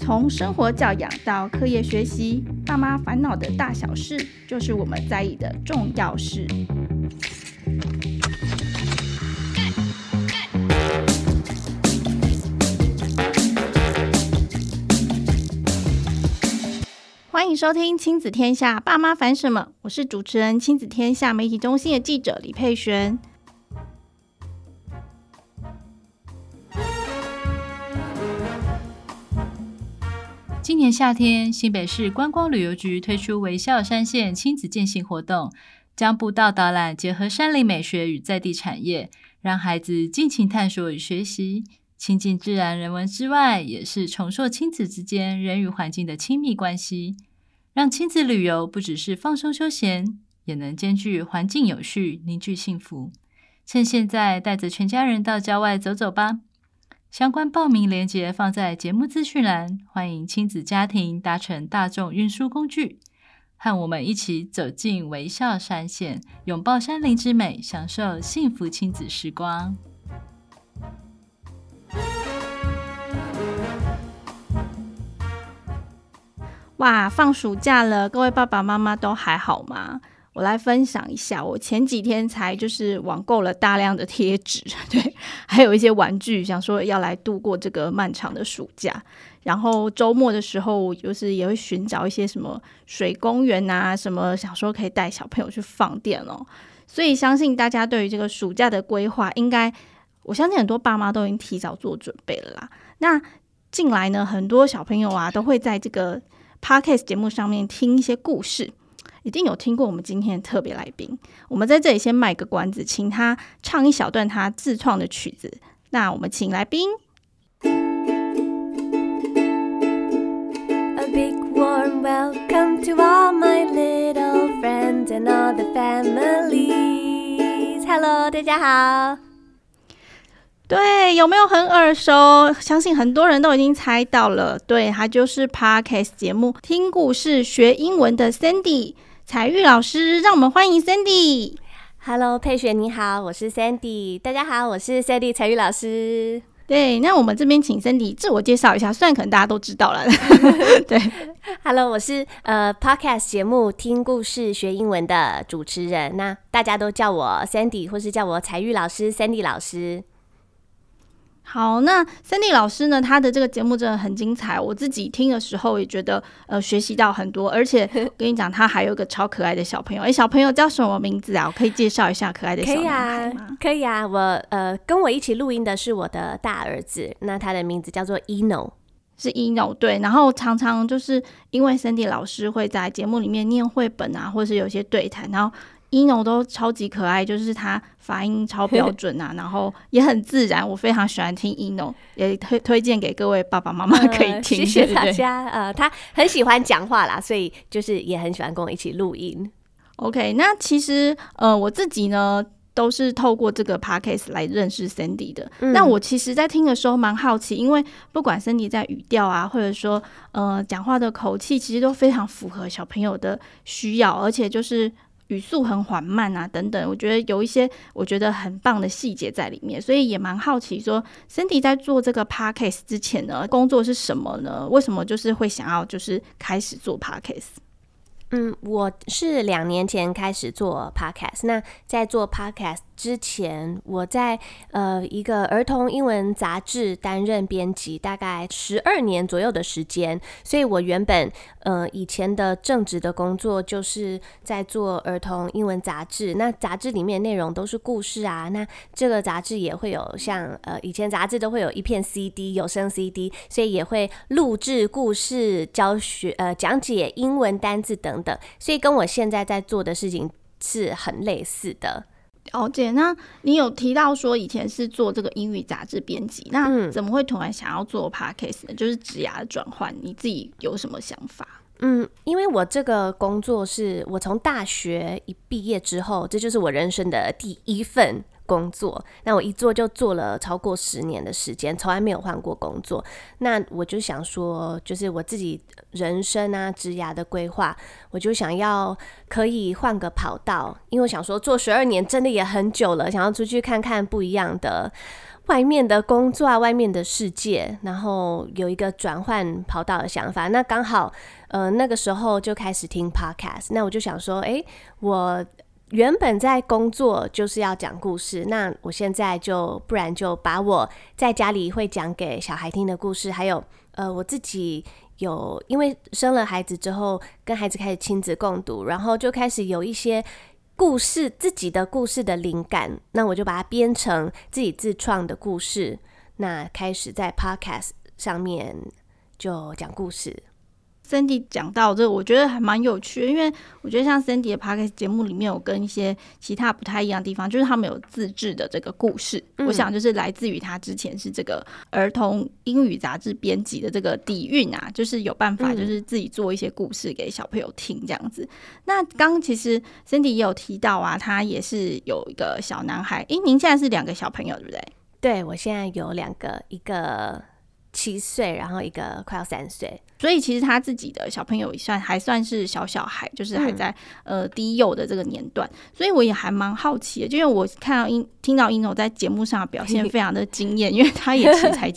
从生活教养到课业学习，爸妈烦恼的大小事，就是我们在意的重要事。欢迎收听亲子天下爸妈烦什么，我是主持人亲子天下媒体中心的记者李佩璇。 今年夏天，新北市观光旅游局推出微笑山线亲子健行活动，将步道导览结合山林美学与在地产业，让孩子尽情探索与学习，亲近自然人文之外，也是重塑亲子之间人与环境的亲密关系，让亲子旅游不只是放松休闲，也能兼具环境有序、凝聚幸福。趁现在带着全家人到郊外走走吧！相关报名链接放在节目资讯栏，欢迎亲子家庭搭乘大众运输工具，和我们一起走进微笑山线，拥抱山林之美，享受幸福亲子时光。 哇，放暑假了，各位爸爸妈妈都还好吗？我来分享一下，我前几天才就是网购了大量的贴纸，对，还有一些玩具，想说要来度过这个漫长的暑假。然后周末的时候，就是也会寻找一些什么水公园啊，什么想说可以带小朋友去放电哦。所以相信大家对于这个暑假的规划，我相信很多爸妈都已经提早做准备了啦。那近来呢，很多小朋友啊都会在这个 Podcast 节目上面听一些故事。一定有听过我们今天的特别来宾，我们在这里先卖个关子，请他唱一小段他自创的曲子。那我们请来宾。 A big warm welcome to all my little friends and all the families. Hello， 大家好。 对，有没有很耳熟？相信很多人都已经猜到了。对，他就是 Podcast 节目听故事学英文的 Sandy彩玉老师，让我们欢迎 Sandy。Hello， 佩璇你好，我是 Sandy。大家好，我是 Sandy 彩玉老师。 对，那我们这边请 Sandy 自我介绍一下，虽然可能大家都知道了。对 ，Hello， 我是Podcast 节目听故事学英文的主持人，那大家都叫我 Sandy， 或是叫我彩玉老师 Sandy 老师。 好，那 Sandy 老师呢，他的这个节目真的很精彩，我自己听的时候也觉得学习到很多，而且我跟你讲，他还有一个超可爱的小朋友。小朋友叫什么名字啊？我可以介绍一下可爱的小男孩吗？ 可以啊，我跟我一起录音的是我的大儿子，那他的名字叫做 Eno， 是 Eno， 对。然后常常就是因为 Sandy 老师会在节目里面念绘本啊，或是有些对谈，然后Eno 都超级可爱，就是他发音超标准啊，然后也很自然，我非常喜欢听 Eno， 也推荐给各位爸爸妈妈可以听。 谢谢大家。他很喜欢讲话啦，所以就是也很喜欢跟我一起录音。 OK， 那其实我自己呢都是透过这个 podcast 来认识 Sandy 的。那我其实在听的时候蛮好奇，因为不管 Sandy 在语调啊，或者说讲话的口气，其实都非常符合小朋友的需要，而且就是语速很缓慢啊，等等，我觉得有一些我觉得很棒的细节在里面，所以也蛮好奇说 Sandy 在做这个 podcast 之前呢，工作是什么呢？为什么就是会想要就是开始做 podcast？ 我是2年前开始做 podcast。那在做 podcast 之前，我在一个儿童英文杂志担任编辑，大概12年左右的时间。所以我原本以前的正职的工作就是在做儿童英文杂志。那杂志里面内容都是故事啊，那这个杂志也会有像以前杂志都会有一片 CD 有声 CD， 所以也会录制故事教学讲解英文单字等等，所以跟我现在在做的事情是很类似的。 了解。那你有提到说以前是做这个英语杂志编辑，那怎么会突然想要做 podcast 呢？就是职涯的转换，你自己有什么想法？ 因为我这个工作是我从大学一毕业之后，这就是我人生的第一份工作。那我一做就做了超过10年的时间，从来没有换过工作。那我就想说，就是我自己人生啊职涯的规划，我就想要可以换个跑道，因为我想说做12年真的也很久了，想要出去看看不一样的外面的工作啊，外面的世界，然后有一个转换跑道的想法。那刚好那个时候就开始听 podcast， 那我就想说我原本在工作就是要讲故事，那我现在不然就把我在家里会讲给小孩听的故事，还有我自己因为生了孩子之后跟孩子开始亲子共读，然后就开始有一些故事，自己的故事的灵感，那我就把它编成自己自创的故事，那开始在 podcast 上面就讲故事。 Sandy 讲到这个，我觉得还蛮有趣的，因为我觉得像 Sandy 的 podcast 节目里面有跟一些其他不太一样的地方，就是他们有自制的这个故事，我想就是来自于他之前是这个儿童英语杂志编辑的这个底蕴啊，就是有办法就是自己做一些故事给小朋友听这样子。那刚其实 Sandy 也有提到啊，他也是有一个小男孩，您现在是2个小朋友对不对？ 对，我现在有2个，一个7岁，然后一个快要3岁。 所以其实他自己的小朋友还算是小孩，就是还在低幼的这个年段，所以我也还蛮好奇的，就因为我听到Eno在节目上的表现非常的惊艳，因为他也其实才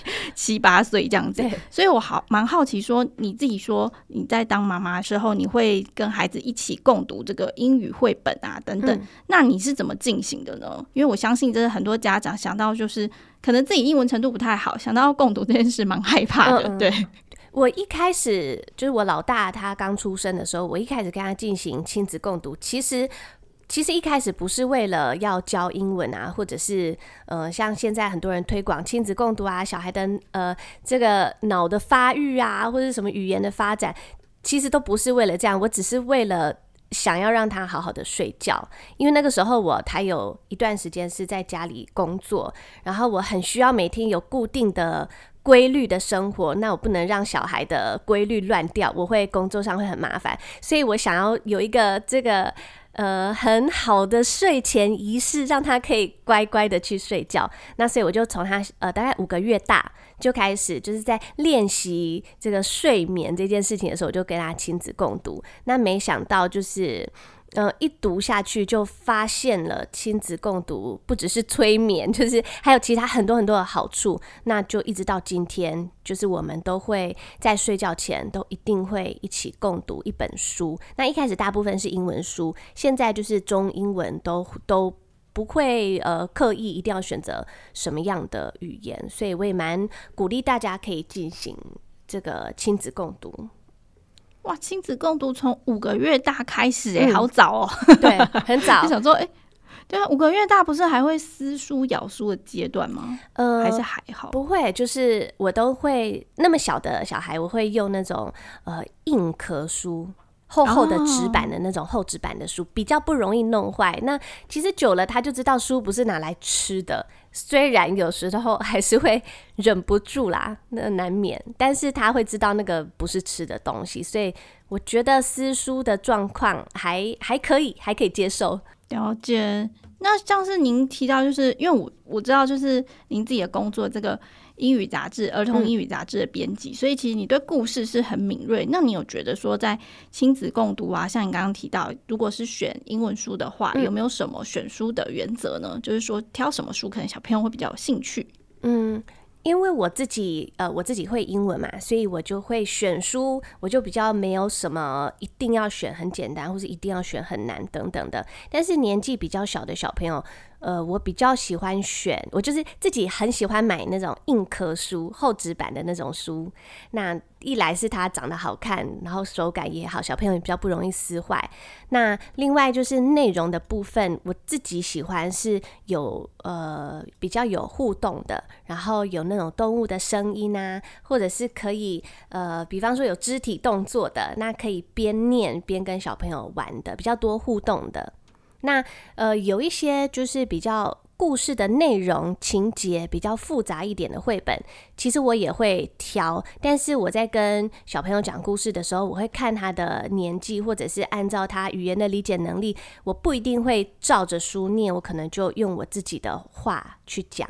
7、8岁这样子，所以我蛮好奇说，你自己说你在当妈妈的时候，你会跟孩子一起共读这个英语绘本啊等等，那你是怎么进行的呢？因为我相信这是很多家长想到就是可能自己英文程度不太好，想到共读这件事蛮害怕的，对。 我一开始就是我老大他刚出生的时候，我一开始跟他进行亲子共读，其实一开始不是为了要教英文啊，或者是像现在很多人推广亲子共读啊，小孩的这个脑的发育啊，或者是什么语言的发展，其实都不是为了这样，我只是为了想要让他好好的睡觉，因为那个时候我还有一段时间是在家里工作，然后我很需要每天有固定的规律的生活，那我不能让小孩的规律乱掉，我会工作上会很麻烦，所以我想要有一个这个很好的睡前仪式，让他可以乖乖的去睡觉。那所以我就从他大概5个月大就开始，就是在练习这个睡眠这件事情的时候，我就跟他亲子共读。那没想到就是一读下去就发现了亲子共读不只是催眠，就是还有其他很多很多的好处。那就一直到今天，就是我们都会在睡觉前都一定会一起共读一本书。那一开始大部分是英文书，现在就是中英文都不会刻意一定要选择什么样的语言，所以我也蛮鼓励大家可以进行这个亲子共读。 哇，亲子共读从5个月大开始好早哦。 对，很早。 就想说对啊，5个月大不是还会撕书咬书的阶段吗？还是还好？ 不会，就是我都会那么小的小孩，我会用那种硬壳书，厚厚的纸板的那种厚纸板的书，比较不容易弄坏。那其实久了他就知道书不是拿来吃的，虽然有时候还是会忍不住啦，那难免，但是他会知道那个不是吃的东西，所以我觉得撕书的状况还可以接受。 了解。那像是您提到，就是因为我知道，就是您自己的工作这个英语杂志、儿童英语杂志的编辑，所以其实你对故事是很敏锐。那你有觉得说，在亲子共读啊，像你刚刚提到，如果是选英文书的话，有没有什么选书的原则呢？就是说挑什么书可能小朋友会比较有兴趣？ 因为我自己会英文嘛，所以我就会选书，我就比较没有什么一定要选很简单，或是一定要选很难等等的。但是年纪比较小的小朋友，我比较喜欢选，我就是自己很喜欢买那种硬壳书、厚纸板的那种书。那一来是它长得好看，然后手感也好，小朋友也比较不容易撕坏。那另外就是内容的部分，我自己喜欢是有比较有互动的，然后有那种动物的声音啊，或者是可以比方说有肢体动作的，那可以边念边跟小朋友玩的，比较多互动的。那有一些就是比较故事的内容情节比较复杂一点的绘本，其实我也会挑，但是我在跟小朋友讲故事的时候，我会看他的年纪，或者是按照他语言的理解能力，我不一定会照着书念，我可能就用我自己的话去讲。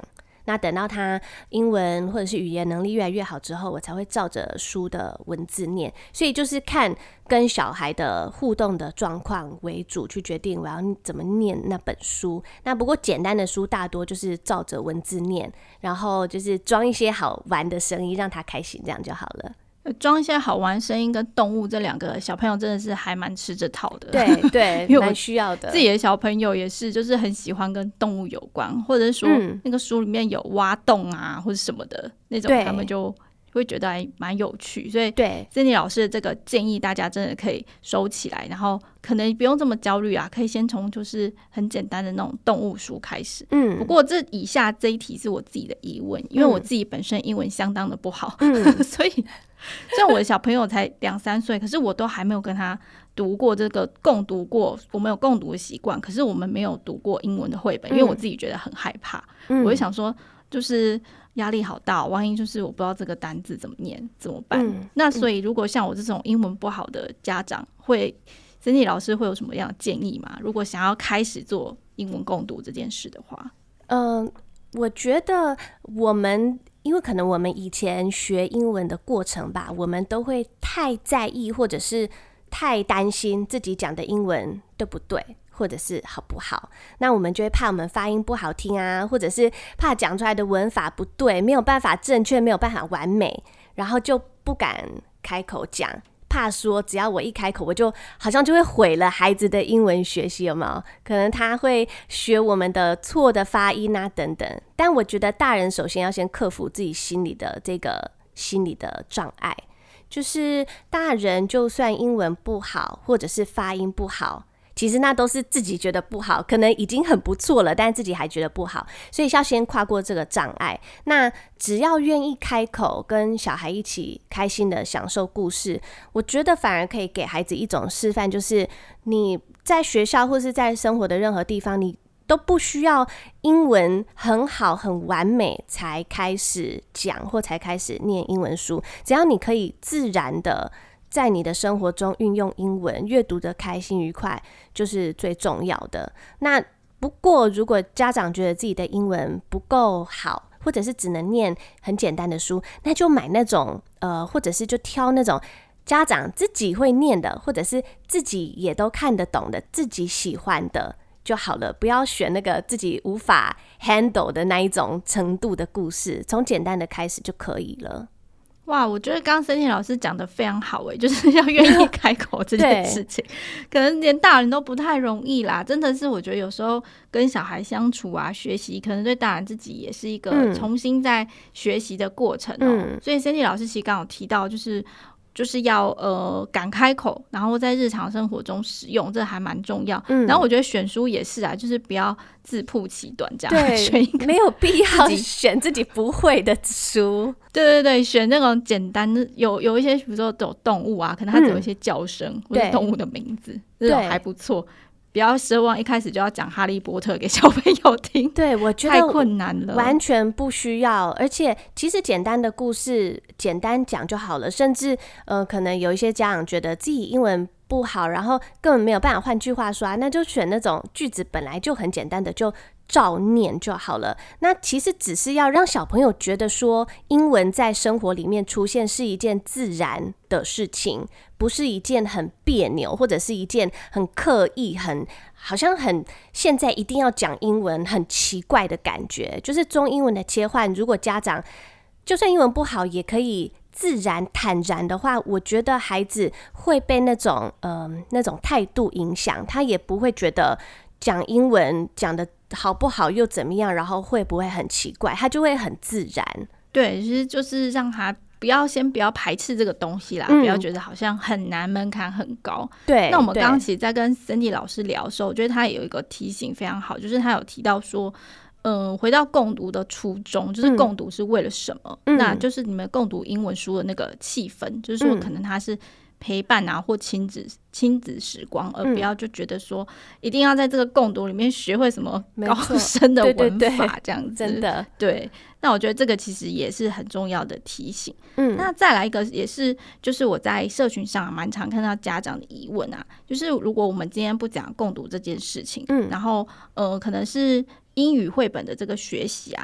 那等到他英文或者是语言能力越来越好之后，我才会照着书的文字念。所以就是看跟小孩的互动的状况为主，去决定我要怎么念那本书。那不过简单的书大多就是照着文字念，然后就是装一些好玩的声音让他开心，这样就好了。 装一些好玩声音跟动物，这两个小朋友真的是还蛮吃这套的。 对对， 因为蛮需要的。 自己的小朋友也是，就是很喜欢跟动物有关，或者是说那个书里面有挖洞啊或者什么的那种，他们就会觉得还蛮有趣。所以对 Cindy 老师的这个建议，大家真的可以收起来，然后可能不用这么焦虑啊，可以先从就是很简单的那种动物书开始。不过这以下这一题是我自己的疑问，因为我自己本身英文相当的不好，所以虽然我的小朋友才2-3岁，可是我都还没有跟他读过这个共读过，我们有共读的习惯，可是我们没有读过英文的绘本，因为我自己觉得很害怕。我就想说就是压力好大，万一就是我不知道这个单字怎么念怎么办。那所以如果像我这种英文不好的家长，Cindy 老师会有什么样的建议吗？如果想要开始做英文共读这件事的话。 我觉得因为可能我们以前学英文的过程吧，我们都会太在意或者是太担心自己讲的英文对不对，或者是好不好，那我们就会怕我们发音不好听啊，或者是怕讲出来的文法不对，没有办法正确，没有办法完美，然后就不敢开口讲，怕说只要我一开口，我就好像就会毁了孩子的英文学习，有没有？可能他会学我们的错的发音啊等等。但我觉得大人首先要先克服自己心里的这个心理的障碍，就是大人就算英文不好或者是发音不好，其实那都是自己觉得不好，可能已经很不错了，但自己还觉得不好，所以要先跨过这个障碍。那只要愿意开口跟小孩一起开心的享受故事，我觉得反而可以给孩子一种示范，就是你在学校或是在生活的任何地方，你都不需要英文很好很完美才开始讲或才开始念英文书，只要你可以自然的在你的生活中运用英文，阅读的开心愉快就是最重要的。那不过如果家长觉得自己的英文不够好，或者是只能念很简单的书，那就买那种或者是就挑那种家长自己会念的，或者是自己也都看得懂的，自己喜欢的就好了，不要选那个自己无法 handle 的那一种程度的故事，从简单的开始就可以了。 哇，我觉得刚刚Cindy老师讲的非常好就是要愿意开口这件事情可能连大人都不太容易啦，真的是我觉得有时候跟小孩相处啊学习，可能对大人自己也是一个重新在学习的过程所以Cindy老师其实刚好提到就是要敢开口，然后在日常生活中使用，这还蛮重要。然后我觉得选书也是啊，就是不要自曝其短这样， 对，没有必要选自己不会的书。 对，选那种简单的，有一些比如说有动物啊，可能它只有一些叫声或者动物的名字，这种还不错。不要奢望一开始就要讲哈利波特给小朋友听， 对，我觉得太困难了， 完全不需要。而且其实简单的故事简单讲就好了，甚至可能有一些家长觉得自己英文不好，然后根本没有办法换句话说那就选那种句子本来就很简单的，就照念就好了。那其实只是要让小朋友觉得说英文在生活里面出现是一件自然的事情，不是一件很别扭或者是一件很刻意好像很现在一定要讲英文很奇怪的感觉。就是中英文的切换，如果家长就算英文不好也可以自然坦然的话，我觉得孩子会被那种态度影响，他也不会觉得讲英文讲的好不好又怎么样，然后会不会很奇怪，他就会很自然。 对，其实就是让他不要排斥这个东西啦，不要觉得好像很难，门槛很高。 对， 那我们刚刚其实在跟 Cindy 老师聊的时候，我觉得他也有一个提醒非常好，就是他有提到说回到共读的初衷，就是共读是为了什么那就是你们共读英文书的那个气氛，就是说可能他是陪伴啊或亲子时光，而不要就觉得说一定要在这个共读里面学会什么高深的文法这样子。 真的， 对，那我觉得这个其实也是很重要的提醒。那再来一个也是就是我在社群上蛮常看到家长的疑问啊，就是如果我们今天不讲共读这件事情然后可能是英语绘本的这个学习啊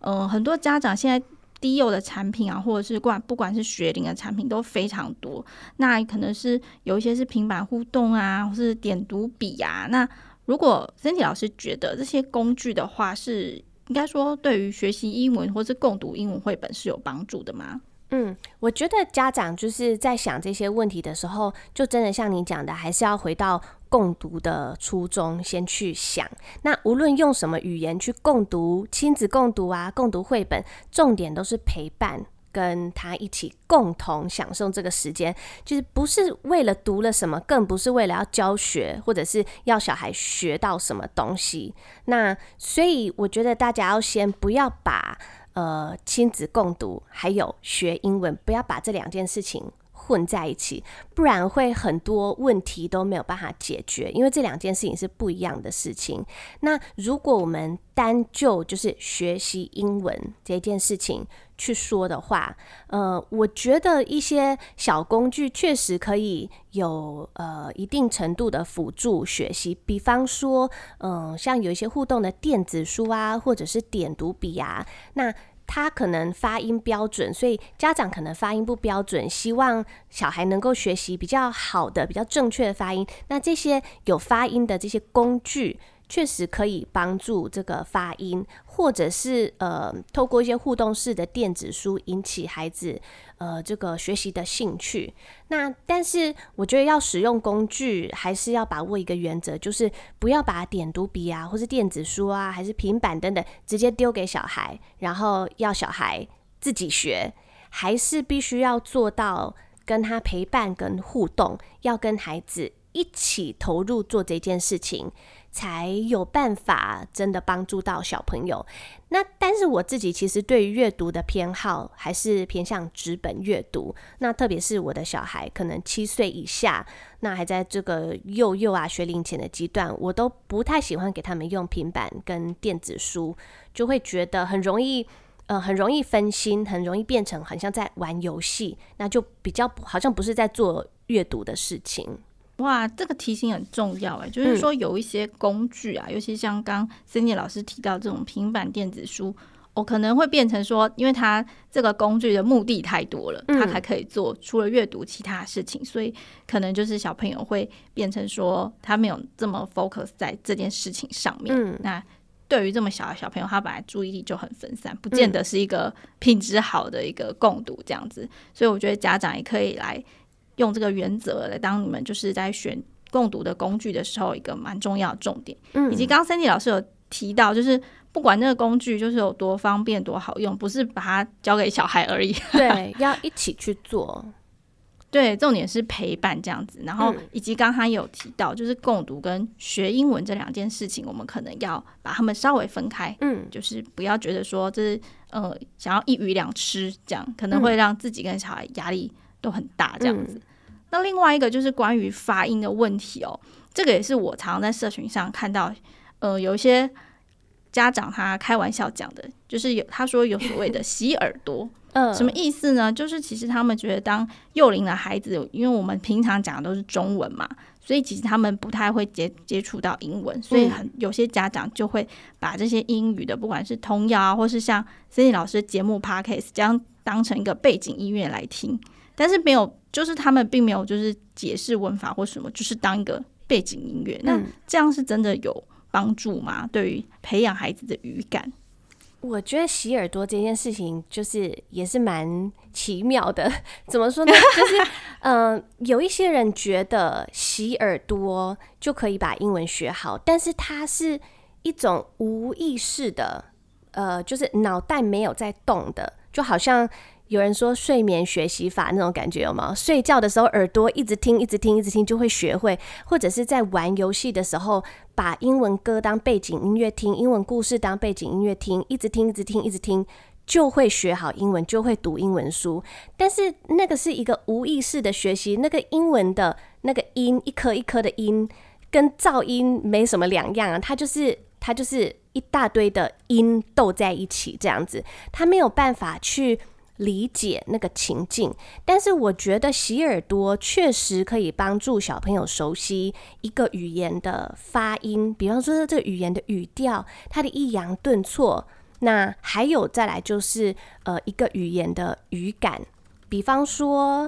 很多家长现在低幼的产品啊，或者是不管是学龄的产品都非常多，那可能是有一些是平板互动啊，或是点读笔啊。那如果 Cindy 老师觉得这些工具的话，是应该说对于学习英文或是共读英文绘本是有帮助的吗？ 我觉得家长就是在想这些问题的时候，就真的像你讲的，还是要回到共读的初衷先去想。那无论用什么语言去共读，亲子共读啊，共读绘本，重点都是陪伴，跟他一起共同享受这个时间，就是不是为了读了什么，更不是为了要教学或者是要小孩学到什么东西。那所以我觉得大家要先不要把亲子共读还有学英文，不要把这两件事情混在一起，不然会很多问题都没有办法解决，因为这两件事情是不一样的事情。那如果我们单就就是学习英文这件事情去说的话，我觉得一些小工具确实可以有一定程度的辅助学习，比方说像有一些互动的电子书啊，或者是点读笔啊，那他可能发音标准，所以家长可能发音不标准，希望小孩能够学习比较好的比较正确的发音，那这些有发音的这些工具确实可以帮助这个发音，或者是透过一些互动式的电子书引起孩子这个学习的兴趣。那但是我觉得要使用工具还是要把握一个原则，就是不要把点读笔啊或是电子书啊还是平板等等直接丢给小孩，然后要小孩自己学，还是必须要做到跟他陪伴跟互动，要跟孩子一起投入做这件事情，才有办法真的帮助到小朋友。那但是我自己其实对于阅读的偏好还是偏向纸本阅读，那特别是我的小孩可能7岁以下，那还在这个幼啊学龄前的阶段，我都不太喜欢给他们用平板跟电子书，就会觉得很容易分心，很容易变成很像在玩游戏，那就比较好像不是在做阅读的事情。 哇，这个提醒很重要哎，就是说有一些工具啊，尤其像刚 Cindy 老师提到这种平板电子书，可能会变成说，因为它这个工具的目的太多了，它还可以做除了阅读其他事情，所以可能就是小朋友会变成说，他没有这么 focus 在这件事情上面。那对于这么小的小朋友，他本来注意力就很分散，不见得是一个品质好的一个共读这样子。所以我觉得家长也可以来用这个原则来当你们就是在选共读的工具的时候一个蛮重要的重点。以及刚刚 Cindy 老师有提到，就是不管那个工具就是有多方便多好用，不是把它交给小孩而已， 对，要一起去做。 对，重点是陪伴这样子。然后以及刚刚有提到，就是共读跟学英文这两件事情，我们可能要把它们稍微分开，就是不要觉得说这是想要一鱼两吃，这样可能会让自己跟小孩压力都很大这样子。那另外一个就是关于发音的问题这个也是我常常在社群上看到，有一些家长他开玩笑讲的，就是他说有所谓的洗耳朵。什么意思呢？就是其实他们觉得当幼龄的孩子，因为我们平常讲的都是中文嘛，所以其实他们不太会接触到英文，所以有些家长就会把这些英语的，不管是童谣啊，或是像 Cindy 老师节目 Podcast 这样当成一个背景音乐来听，但是没有，就是他们并没有就是解释文法或什么，就是当一个背景音乐。那这样是真的有帮助吗？对于培养孩子的语感？ 我觉得洗耳朵这件事情就是也是蛮奇妙的。怎么说呢？就是有一些人觉得洗耳朵就可以把英文学好，但是它是一种无意识的，就是脑袋没有在动的，就好像有人说睡眠学习法那种感觉，有吗？睡觉的时候耳朵一直听一直听一直听就会学会，或者是在玩游戏的时候把英文歌当背景音乐听，英文故事当背景音乐听，一直听一直听一直听就会学好英文，就会读英文书。但是那个是一个无意识的学习，那个英文的那个音一颗一颗的音跟噪音没什么两样啊，它就是一大堆的音斗在一起这样子，它没有办法去理解那个情境。但是我觉得洗耳朵确实可以帮助小朋友熟悉一个语言的发音，比方说这个语言的语调，它的抑扬顿挫， 那还有再来就是一个语言的语感，比方说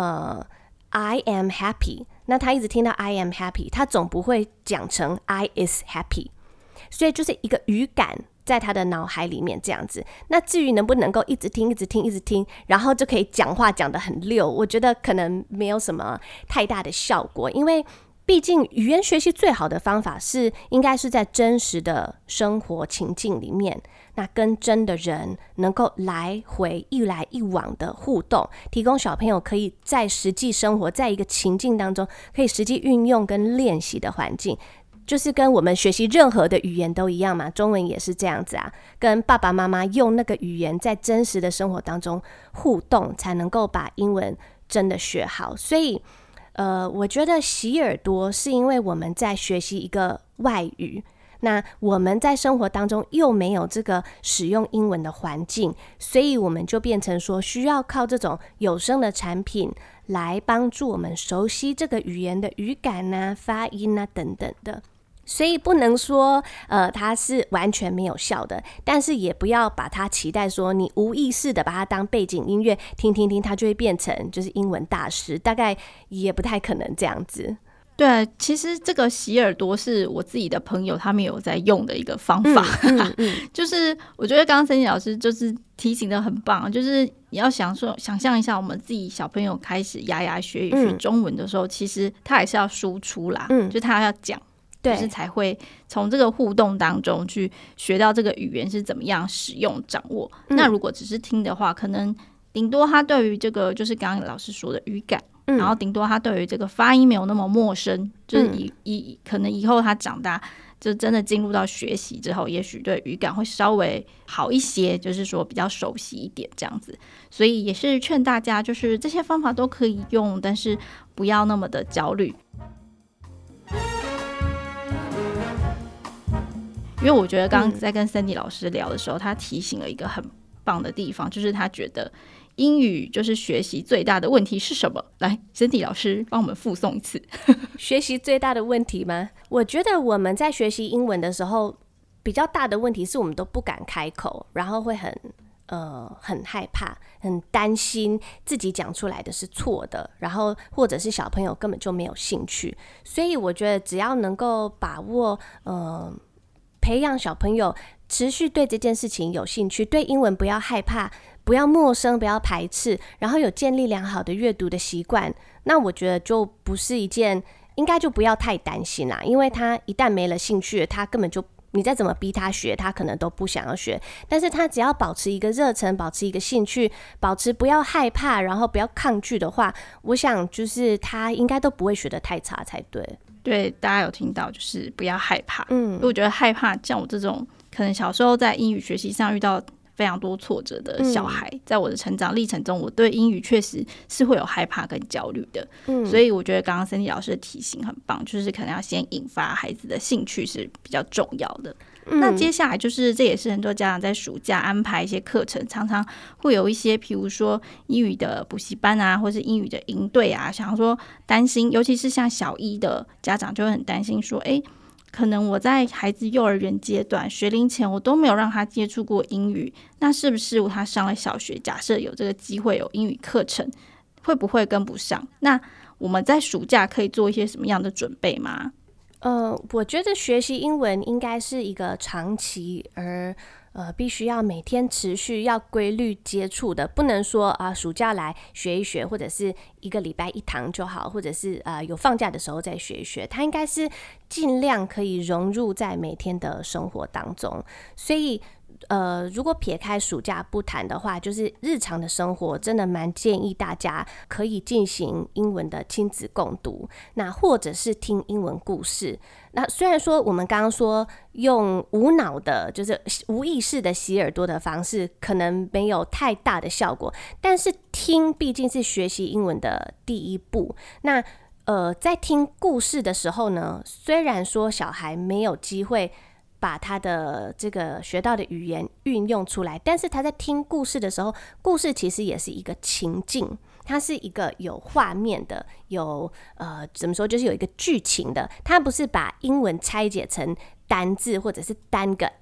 I am happy， 那他一直听到 I am happy， 他总不会讲成 I is happy， 所以就是一个语感在他的脑海里面这样子。那至于能不能够一直听然后就可以讲话讲得很溜，我觉得可能没有什么太大的效果，因为毕竟语言学习最好的方法应该是在真实的生活情境里面，那跟真的人能够来回一来一往的互动，提供小朋友可以在实际生活在一个情境当中可以实际运用跟练习的环境，就是跟我们学习任何的语言都一样嘛，中文也是这样子啊，跟爸爸妈妈用那个语言在真实的生活当中互动，才能够把英文真的学好。所以我觉得洗耳朵是因为我们在学习一个外语，那我们在生活当中又没有这个使用英文的环境，所以我们就变成说需要靠这种有声的产品来帮助我们熟悉这个语言的语感啊、发音啊等等的。所以不能说它是完全没有效的，但是也不要把它期待说你无意识的把它当背景音乐听，它就会变成就是英文大师，大概也不太可能这样子。 对，其实这个洗耳朵是我自己的朋友他们有在用的一个方法，就是我觉得刚刚Sandy老师就是提醒的很棒，就是你要想象一下，我们自己小朋友开始牙学语学中文的时候，其实他还是要输出啦，就是他要讲。就是才会从这个互动当中去学到这个语言是怎么样使用掌握。那如果只是听的话，可能顶多他对于这个就是刚刚老师说的语感，然后顶多他对于这个发音没有那么陌生，就是可能以后他长大就真的进入到学习之后，也许对语感会稍微好一些，就是说比较熟悉一点这样子。所以也是劝大家，就是这些方法都可以用，但是不要那么的焦虑。因为我觉得刚刚在跟 Sandy 老师聊的时候，他提醒了一个很棒的地方，就是他觉得英语就是学习最大的问题是什么？来 Sandy 老师帮我们复诵一次。 学习最大的问题吗？我觉得我们在学习英文的时候，比较大的问题是我们都不敢开口，然后会很害怕，很担心自己讲出来的是错的，然后或者是小朋友根本就没有兴趣。所以我觉得只要能够把握培养小朋友持续对这件事情有兴趣，对英文不要害怕，不要陌生，不要排斥，然后有建立良好的阅读的习惯，那我觉得就不是一件，应该就不要太担心啦。因为他一旦没了兴趣，他根本就你再怎么逼他学，他可能都不想要学。但是他只要保持一个热忱，保持一个兴趣，保持不要害怕，然后不要抗拒的话，我想就是他应该都不会学得太差才对。 对，大家有听到，就是不要害怕。因为我觉得害怕，像我这种可能小时候在英语学习上遇到非常多挫折的小孩，在我的成长历程中，我对英语确实是会有害怕跟焦虑的。所以我觉得刚刚Sandy老师的提醒很棒，就是可能要先引发孩子的兴趣是比较重要的。那接下来就是这也是很多家长在暑假安排一些课程，常常会有一些比如说英语的补习班啊，或是英语的营队啊，想说担心，尤其是像小一的家长就会很担心说，可能我在孩子幼儿园阶段学龄前我都没有让他接触过英语，那是不是他上了小学，假设有这个机会有英语课程，会不会跟不上？那我们在暑假可以做一些什么样的准备吗？ 我觉得学习英文应该是一个长期而必须要每天持续要规律接触的，不能说暑假来学一学，或者是一个礼拜一堂就好，或者是有放假的时候再学一学，它应该是尽量可以融入在每天的生活当中。所以如果撇开暑假不谈的话，就是日常的生活真的蛮建议大家可以进行英文的亲子共读，那或者是听英文故事。那虽然说我们刚刚说用无脑的就是无意识的洗耳朵的方式可能没有太大的效果，但是听毕竟是学习英文的第一步。那在听故事的时候呢，虽然说小孩没有机会把他的这个学到的语言运用出来，但是他在听故事的时候，故事其实也是一个情境，它是一个有画面的，有怎么说，就是有一个剧情的，它不是把英文拆解成单字或者是单个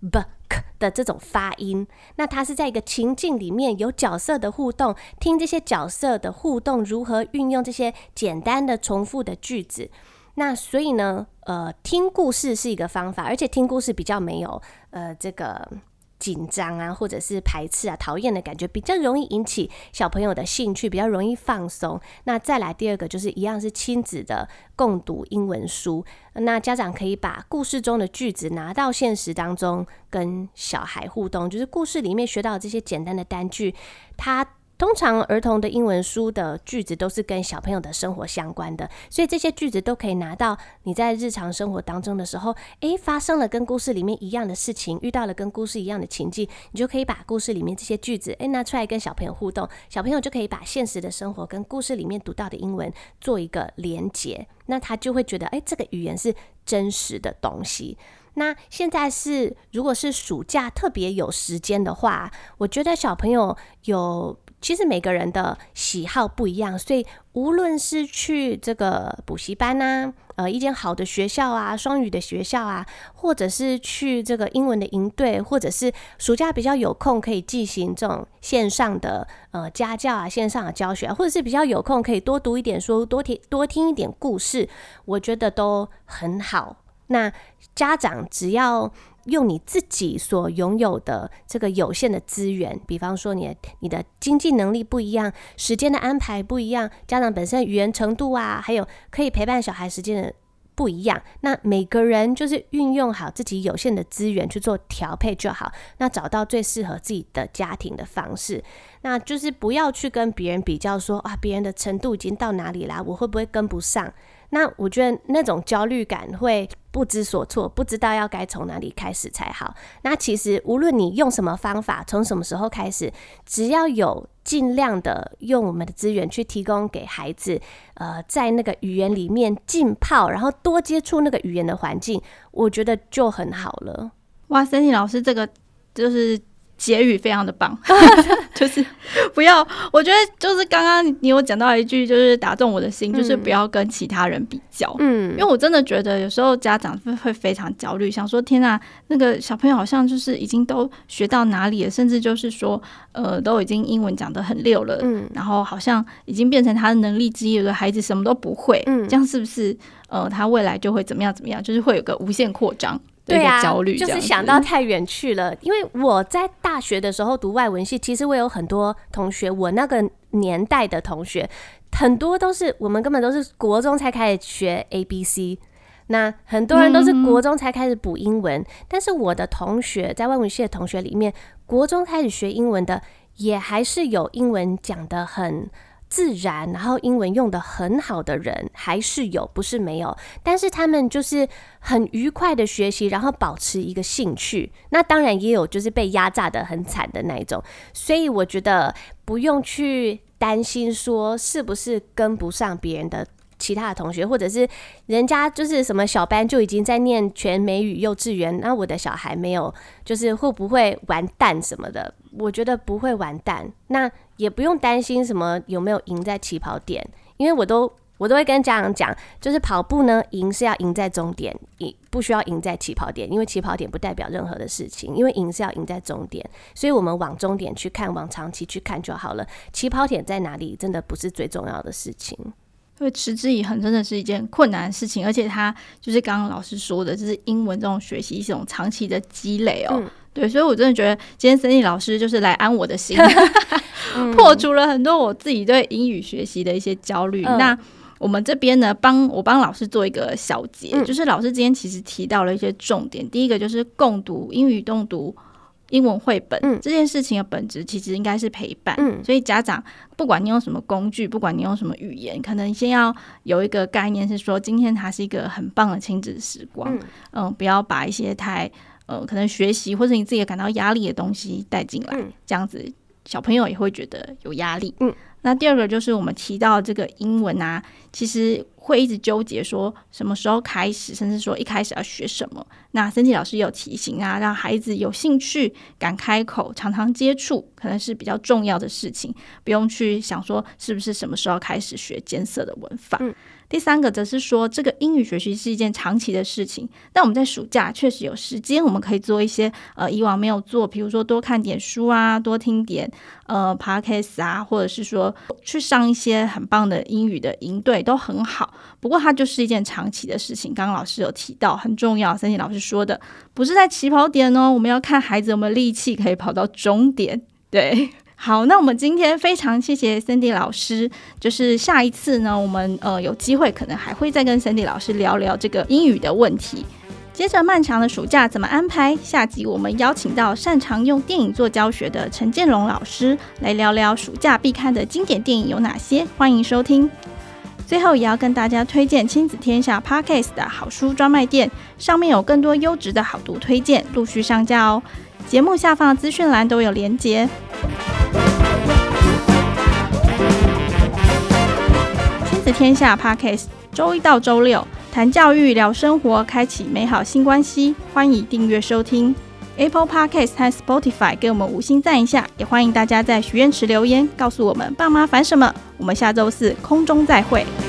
book 的这种发音。那它是在一个情境里面有角色的互动，听这些角色的互动如何运用这些简单的重复的句子。那所以呢听故事是一个方法，而且听故事比较没有这个紧张啊，或者是排斥啊、讨厌的感觉，比较容易引起小朋友的兴趣，比较容易放松。那再来第二个就是一样是亲子的共读英文书，那家长可以把故事中的句子拿到现实当中跟小孩互动，就是故事里面学到的这些简单的单句，通常儿童的英文书的句子都是跟小朋友的生活相关的，所以这些句子都可以拿到你在日常生活当中的时候，发生了跟故事里面一样的事情，遇到了跟故事一样的情境，你就可以把故事里面这些句子拿出来跟小朋友互动，小朋友就可以把现实的生活跟故事里面读到的英文做一个连结，那他就会觉得这个语言是真实的东西。那现在如果是暑假特别有时间的话，我觉得小朋友其实每个人的喜好不一样，所以无论是去这个补习班啊，一间好的学校啊，双语的学校啊，或者是去这个英文的营队，或者是暑假比较有空可以进行这种线上的家教啊，线上的教学，或者是比较有空可以多读一点书，多听一点故事，我觉得都很好。那家长只要用你自己所拥有的这个有限的资源，比方说你的经济能力不一样，时间的安排不一样，家长本身语言程度啊，还有可以陪伴小孩时间的不一样，那每个人就是运用好自己有限的资源去做调配就好，那找到最适合自己的家庭的方式，那就是不要去跟别人比较说别人的程度已经到哪里啦，我会不会跟不上。那我觉得那种焦虑感会不知所措，不知道要该从哪里开始才好。那其实无论你用什么方法，从什么时候开始，只要有尽量的用我们的资源去提供给孩子在那个语言里面浸泡，然后多接触那个语言的环境，我觉得就很好了。 哇，森妮老师这个就是结语非常的棒就是不要，我觉得就是刚刚你有讲到一句就是打中我的心，就是不要跟其他人比较，因为我真的觉得有时候家长会非常焦虑，想说天啊，那个小朋友好像就是已经都学到哪里了，甚至就是说都已经英文讲得很溜了，然后好像已经变成他的能力之一，有个孩子什么都不会，这样是不是他未来就会怎么样怎么样，就是会有个无限扩张的一个焦虑， 就是想到太远去了。因为我在大学的时候读外文系，其实我有很多同学，我那个年代的同学很多都是我们根本都是国中才开始学 ABC， 那很多人都是国中才开始补英文，但是我的同学在外文系的同学里面，国中开始学英文的也还是有英文讲得很自然，然后英文用得很好的人还是有，不是没有，但是他们就是很愉快的学习，然后保持一个兴趣。那当然也有就是被压榨得很惨的那一种，所以我觉得不用去担心说是不是跟不上别人的其他的同学，或者是人家就是什么小班就已经在念全美语幼稚园，那我的小孩没有，就是会不会完蛋什么的，我觉得不会完蛋。那也不用担心什么有没有赢在起跑点，因为我都会跟家长讲，就是跑步呢，赢是要赢在终点，不需要赢在起跑点，因为起跑点不代表任何的事情，因为赢是要赢在终点，所以我们往终点去看，往长期去看就好了，起跑点在哪里真的不是最重要的事情。 因为持之以恒真的是一件困难的事情，而且它就是刚刚老师说的，就是英文这种学习是一种长期的积累对，所以我真的觉得今天森妮老师就是来安我的心破除了很多我自己对英语学习的一些焦虑那我们这边呢，我帮老师做一个小结就是老师今天其实提到了一些重点，第一个就是共读英语共读英文绘本这件事情的本质其实应该是陪伴所以家长不管你用什么工具，不管你用什么语言，可能先要有一个概念是说今天它是一个很棒的亲子时光不要把一些太可能学习或者你自己感到压力的东西带进来这样子小朋友也会觉得有压力那第二个就是我们提到这个英文啊，其实会一直纠结说什么时候开始，甚至说一开始要学什么。那Cindy老师有提醒啊，让孩子有兴趣、敢开口、常常接触，可能是比较重要的事情，不用去想说是不是什么时候开始学艰涩的文法。第三个则是说，这个英语学习是一件长期的事情，但我们在暑假确实有时间，我们可以做一些以往没有做，比如说多看点书啊，多听点podcast 啊，或者是说去上一些很棒的英语的营队都很好。不过它就是一件长期的事情，刚刚老师有提到很重要，Cindy老师说的不是在起跑点哦，我们要看孩子有没有力气可以跑到终点。对，好，那我们今天非常谢谢 Cindy 老师，就是下一次呢，我们有机会可能还会再跟 Cindy 老师聊聊这个英语的问题。接着漫长的暑假怎么安排？下集我们邀请到擅长用电影做教学的陈建龙老师来聊聊暑假必看的经典电影有哪些，欢迎收听。最后也要跟大家推荐亲子天下 Podcast 的好书专卖店，上面有更多优质的好读推荐陆续上架哦。节目下方的资讯栏都有连结。亲子天下 Podcast 周一到周六谈教育、聊生活，开启美好新关系。欢迎订阅收听 Apple Podcast 和 Spotify， 给我们5星赞一下，也欢迎大家在许愿池留言，告诉我们爸妈烦什么。我们下周4空中再会。